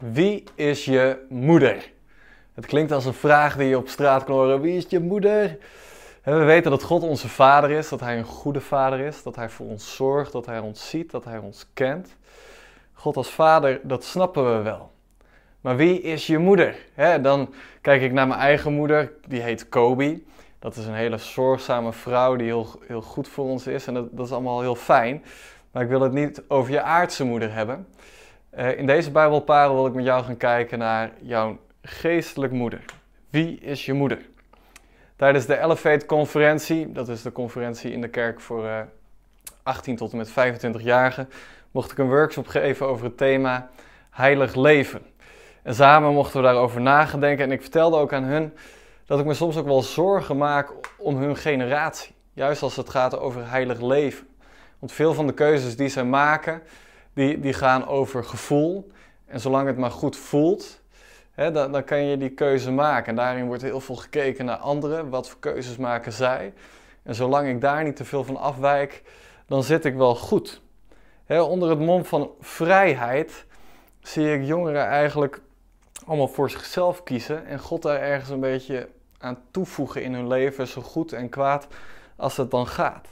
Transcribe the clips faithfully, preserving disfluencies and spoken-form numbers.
Wie is je moeder? Het klinkt als een vraag die je op straat kan horen. Wie is je moeder? En we weten dat God onze vader is, dat hij een goede vader is, dat hij voor ons zorgt, dat hij ons ziet, dat hij ons kent. God als vader, dat snappen we wel. Maar wie is je moeder? He, dan kijk ik naar mijn eigen moeder, die heet Kobi. Dat is een hele zorgzame vrouw die heel, heel goed voor ons is en dat, dat is allemaal heel fijn. Maar ik wil het niet over je aardse moeder hebben. Uh, in deze Bijbelparel wil ik met jou gaan kijken naar jouw geestelijke moeder. Wie is je moeder? Tijdens de Elevate-conferentie, dat is de conferentie in de kerk voor uh, achttien tot en met vijfentwintig-jarigen, mocht ik een workshop geven over het thema heilig leven. En samen mochten we daarover nadenken en ik vertelde ook aan hun dat ik me soms ook wel zorgen maak om hun generatie. Juist als het gaat over heilig leven. Want veel van de keuzes die zij maken, die, die gaan over gevoel. En zolang het maar goed voelt, hè, dan, dan kan je die keuze maken. En daarin wordt heel veel gekeken naar anderen. Wat voor keuzes maken zij? En zolang ik daar niet te veel van afwijk, dan zit ik wel goed. Hè, onder het mom van vrijheid zie ik jongeren eigenlijk allemaal voor zichzelf kiezen. En God daar ergens een beetje aan toevoegen in hun leven, zo goed en kwaad als het dan gaat.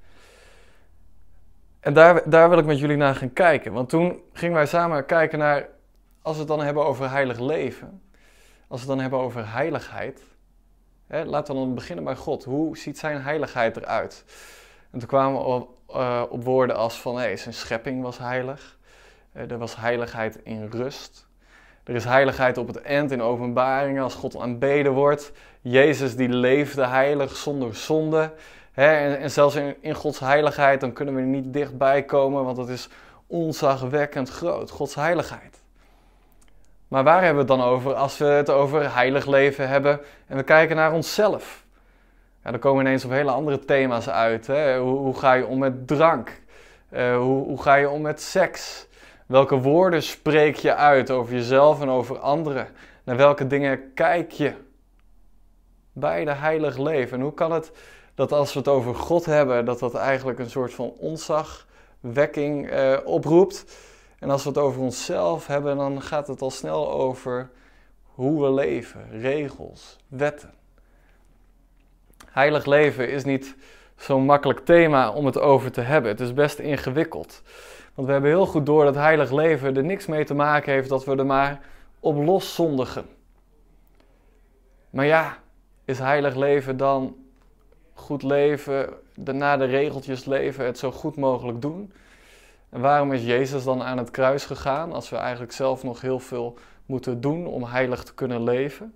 En daar, daar wil ik met jullie naar gaan kijken. Want toen gingen wij samen kijken naar, als we het dan hebben over heilig leven, als we het dan hebben over heiligheid, hè, laten we dan beginnen bij God. Hoe ziet zijn heiligheid eruit? En toen kwamen we op, uh, op woorden als van, hey, zijn schepping was heilig. Uh, er was heiligheid in rust. Er is heiligheid op het eind in openbaringen als God aanbeden wordt. Jezus die leefde heilig zonder zonde. He, en, en zelfs in, in Gods heiligheid, dan kunnen we er niet dichtbij komen, want dat is ontzagwekkend groot, Gods heiligheid. Maar waar hebben we het dan over als we het over heilig leven hebben en we kijken naar onszelf? Ja, dan komen we ineens op hele andere thema's uit. Hè? Hoe, hoe ga je om met drank? Uh, hoe, hoe ga je om met seks? Welke woorden spreek je uit over jezelf en over anderen? Naar welke dingen kijk je bij de heilig leven? En hoe kan het dat als we het over God hebben, dat dat eigenlijk een soort van ontzagwekking uh, oproept. En als we het over onszelf hebben, dan gaat het al snel over hoe we leven, regels, wetten. Heilig leven is niet zo'n makkelijk thema om het over te hebben. Het is best ingewikkeld. Want we hebben heel goed door dat heilig leven er niks mee te maken heeft dat we er maar op los zondigen. Maar ja, is heilig leven dan goed leven, na de regeltjes leven, het zo goed mogelijk doen? En waarom is Jezus dan aan het kruis gegaan, als we eigenlijk zelf nog heel veel moeten doen om heilig te kunnen leven?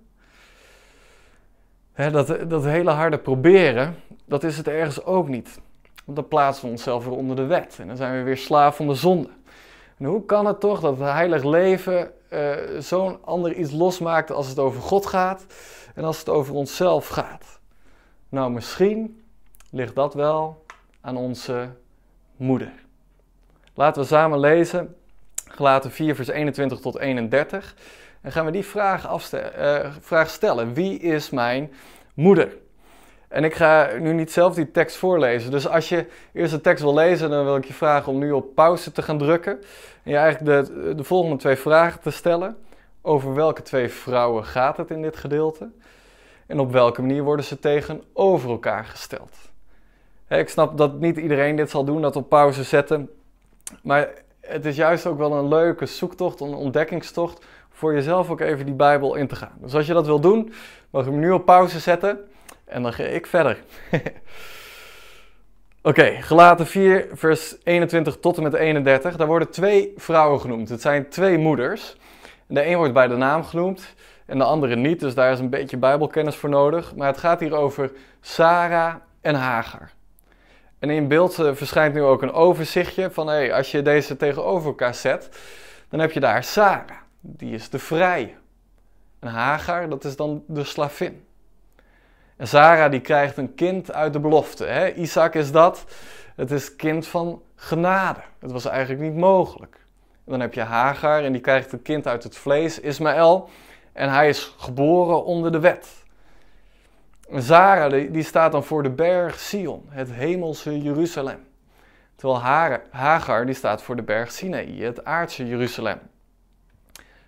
He, dat, dat hele harde proberen, dat is het ergens ook niet. Want dan plaatsen we onszelf weer onder de wet en dan zijn we weer slaaf van de zonde. En hoe kan het toch dat het heilig leven uh, zo'n ander iets losmaakt als het over God gaat en als het over onszelf gaat? Nou, misschien ligt dat wel aan onze moeder. Laten we samen lezen, Galaten vier vers eenentwintig tot eenendertig. En gaan we die vraag, afste- uh, vraag stellen. Wie is mijn moeder? En ik ga nu niet zelf die tekst voorlezen. Dus als je eerst de tekst wil lezen, dan wil ik je vragen om nu op pauze te gaan drukken. En je eigenlijk de, de volgende twee vragen te stellen. Over welke twee vrouwen gaat het in dit gedeelte? En op welke manier worden ze tegenover elkaar gesteld? He, ik snap dat niet iedereen dit zal doen, dat op pauze zetten. Maar het is juist ook wel een leuke zoektocht, een ontdekkingstocht, voor jezelf ook even die Bijbel in te gaan. Dus als je dat wil doen, mag je hem nu op pauze zetten en dan ga ik verder. Oké, okay, Galaten vier vers eenentwintig tot en met eenendertig. Daar worden twee vrouwen genoemd. Het zijn twee moeders. De een wordt bij de naam genoemd en de andere niet, dus daar is een beetje Bijbelkennis voor nodig. Maar het gaat hier over Sarah en Hagar. En in beeld uh, verschijnt nu ook een overzichtje van, hey, als je deze tegenover elkaar zet, dan heb je daar Sarah, die is de vrije. En Hagar, dat is dan de slavin. En Sarah die krijgt een kind uit de belofte. Hè? Isaac is dat, het is kind van genade. Het was eigenlijk niet mogelijk. En dan heb je Hagar en die krijgt een kind uit het vlees, Ismaël. En hij is geboren onder de wet. En Sarah die, die staat dan voor de berg Sion, het hemelse Jeruzalem. Terwijl Hagar die staat voor de berg Sinaï, het aardse Jeruzalem.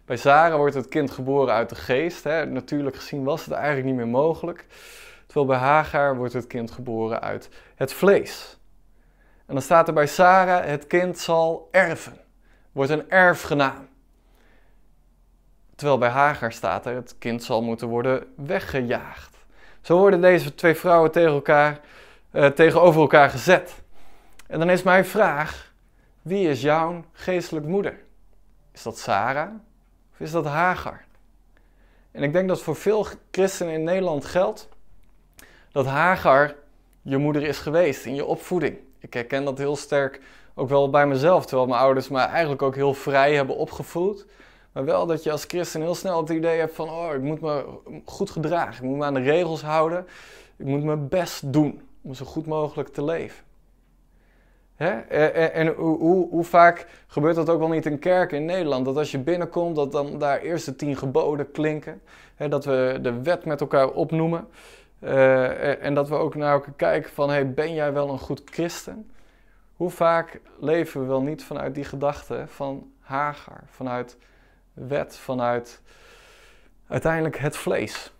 Bij Sara wordt het kind geboren uit de geest. Hè. Natuurlijk gezien was het eigenlijk niet meer mogelijk. Terwijl bij Hagar wordt het kind geboren uit het vlees. En dan staat er bij Sara, het kind zal erven. Wordt een erfgenaam. Terwijl bij Hagar staat er, het kind zal moeten worden weggejaagd. Zo worden deze twee vrouwen tegen elkaar, uh, tegenover elkaar gezet. En dan is mijn vraag, wie is jouw geestelijke moeder? Is dat Sara of is dat Hagar? En ik denk dat voor veel christenen in Nederland geldt dat Hagar je moeder is geweest in je opvoeding. Ik herken dat heel sterk ook wel bij mezelf, terwijl mijn ouders me eigenlijk ook heel vrij hebben opgevoed. Maar wel dat je als christen heel snel het idee hebt van, oh, ik moet me goed gedragen, ik moet me aan de regels houden, ik moet mijn best doen om zo goed mogelijk te leven. Hè? En, en hoe, hoe, hoe vaak gebeurt dat ook wel niet in kerken in Nederland, dat als je binnenkomt, dat dan daar eerst de tien geboden klinken, hè, dat we de wet met elkaar opnoemen uh, en dat we ook naar elkaar kijken van, hey, ben jij wel een goed christen? Hoe vaak leven we wel niet vanuit die gedachte van Hagar, vanuit wet, vanuit uiteindelijk het vlees.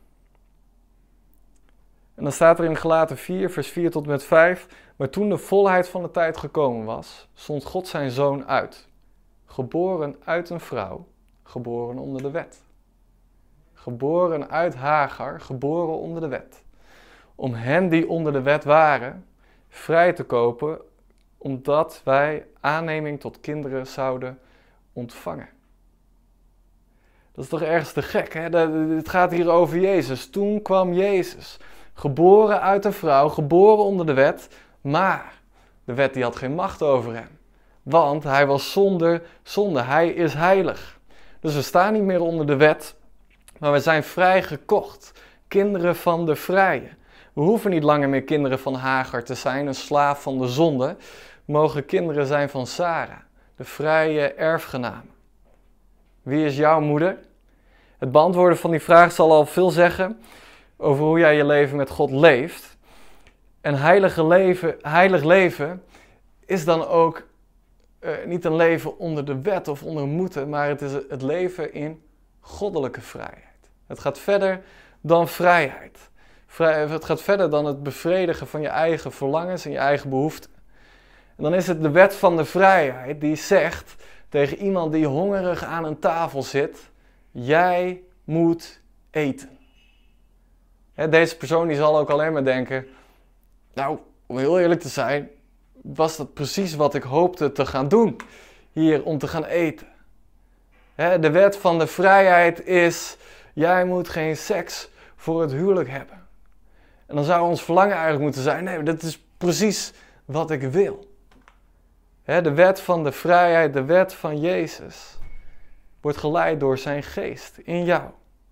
En dan staat er in Galaten vier, vers vier tot en met vijf, maar toen de volheid van de tijd gekomen was, zond God zijn zoon uit, geboren uit een vrouw, geboren onder de wet. Geboren uit Hagar, geboren onder de wet. Om hen die onder de wet waren, vrij te kopen, omdat wij aanneming tot kinderen zouden ontvangen. Dat is toch ergens te gek, hè? Het gaat hier over Jezus. Toen kwam Jezus, geboren uit een vrouw, geboren onder de wet, maar de wet die had geen macht over hem. Want hij was zonder zonde, hij is heilig. Dus we staan niet meer onder de wet, maar we zijn vrijgekocht, kinderen van de vrije. We hoeven niet langer meer kinderen van Hagar te zijn, een slaaf van de zonde. We mogen kinderen zijn van Sara, de vrije erfgename. Wie is jouw moeder? Het beantwoorden van die vraag zal al veel zeggen over hoe jij je leven met God leeft. En heilige leven, heilig leven is dan ook uh, niet een leven onder de wet of onder moeten, maar het is het leven in goddelijke vrijheid. Het gaat verder dan vrijheid. Vrij, het gaat verder dan het bevredigen van je eigen verlangens en je eigen behoeften. En dan is het de wet van de vrijheid die zegt tegen iemand die hongerig aan een tafel zit, jij moet eten. Hè, deze persoon die zal ook alleen maar denken, nou, om heel eerlijk te zijn, was dat precies wat ik hoopte te gaan doen, hier om te gaan eten. Hè, de wet van de vrijheid is, jij moet geen seks voor het huwelijk hebben. En dan zou ons verlangen eigenlijk moeten zijn, nee, dat is precies wat ik wil. Hè, de wet van de vrijheid, de wet van Jezus, wordt geleid door zijn geest in jou.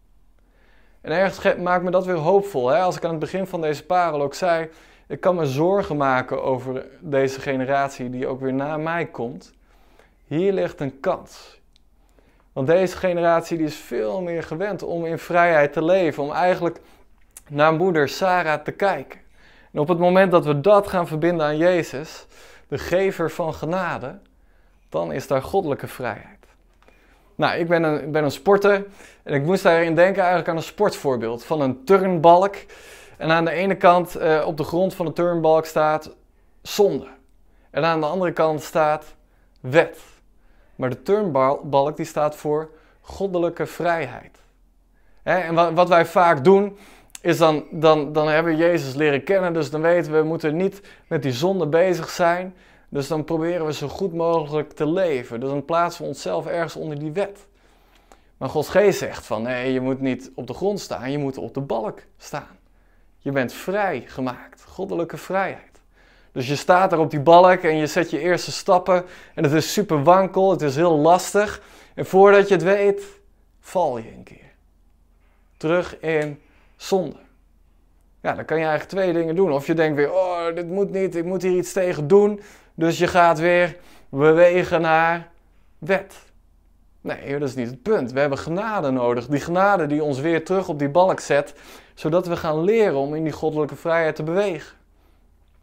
En ergens maakt me dat weer hoopvol. Hè? Als ik aan het begin van deze parel ook zei, ik kan me zorgen maken over deze generatie die ook weer na mij komt. Hier ligt een kans. Want deze generatie die is veel meer gewend om in vrijheid te leven, om eigenlijk naar moeder Sara te kijken. En op het moment dat we dat gaan verbinden aan Jezus, de gever van genade, dan is daar goddelijke vrijheid. Nou, ik ben een, ik ben een sporter en ik moest daarin denken eigenlijk aan een sportvoorbeeld van een turnbalk. En aan de ene kant uh, op de grond van de turnbalk staat zonde. En aan de andere kant staat wet. Maar de turnbalk die staat voor goddelijke vrijheid. Hè? En wat, wat wij vaak doen is dan, dan, dan hebben we Jezus leren kennen. Dus dan weten we, we moeten niet met die zonde bezig zijn. Dus dan proberen we zo goed mogelijk te leven. Dus dan plaatsen we onszelf ergens onder die wet. Maar Gods geest zegt van nee, je moet niet op de grond staan, je moet op de balk staan. Je bent vrij gemaakt, goddelijke vrijheid. Dus je staat er op die balk en je zet je eerste stappen en het is super wankel, het is heel lastig. En voordat je het weet, val je een keer. Terug in zonde. Ja, dan kan je eigenlijk twee dingen doen. Of je denkt weer, oh, dit moet niet, ik moet hier iets tegen doen. Dus je gaat weer bewegen naar wet. Nee, dat is niet het punt. We hebben genade nodig. Die genade die ons weer terug op die balk zet, zodat we gaan leren om in die goddelijke vrijheid te bewegen.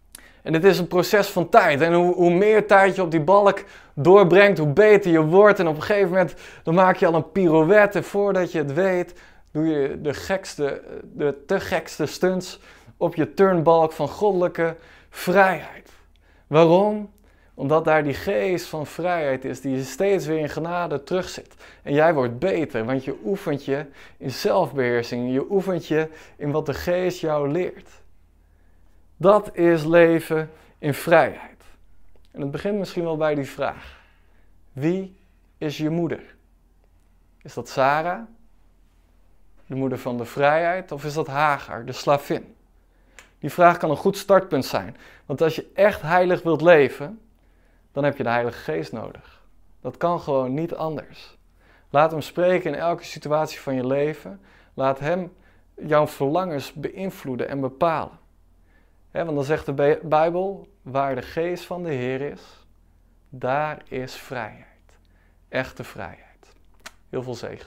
En dit is een proces van tijd. En hoe, hoe meer tijd je op die balk doorbrengt, hoe beter je wordt. En op een gegeven moment dan maak je al een pirouette. En voordat je het weet, doe je de gekste, de te gekste stunts op je turnbalk van goddelijke vrijheid. Waarom? Omdat daar die geest van vrijheid is die je steeds weer in genade terugzet. En jij wordt beter, want je oefent je in zelfbeheersing. Je oefent je in wat de geest jou leert. Dat is leven in vrijheid. En het begint misschien wel bij die vraag. Wie is je moeder? Is dat Sarah, de moeder van de vrijheid, of is dat Hagar, de slavin? Die vraag kan een goed startpunt zijn. Want als je echt heilig wilt leven, dan heb je de Heilige Geest nodig. Dat kan gewoon niet anders. Laat hem spreken in elke situatie van je leven. Laat hem jouw verlangens beïnvloeden en bepalen. He, want dan zegt de Bijbel, waar de geest van de Heer is, daar is vrijheid. Echte vrijheid. Heel veel zegen.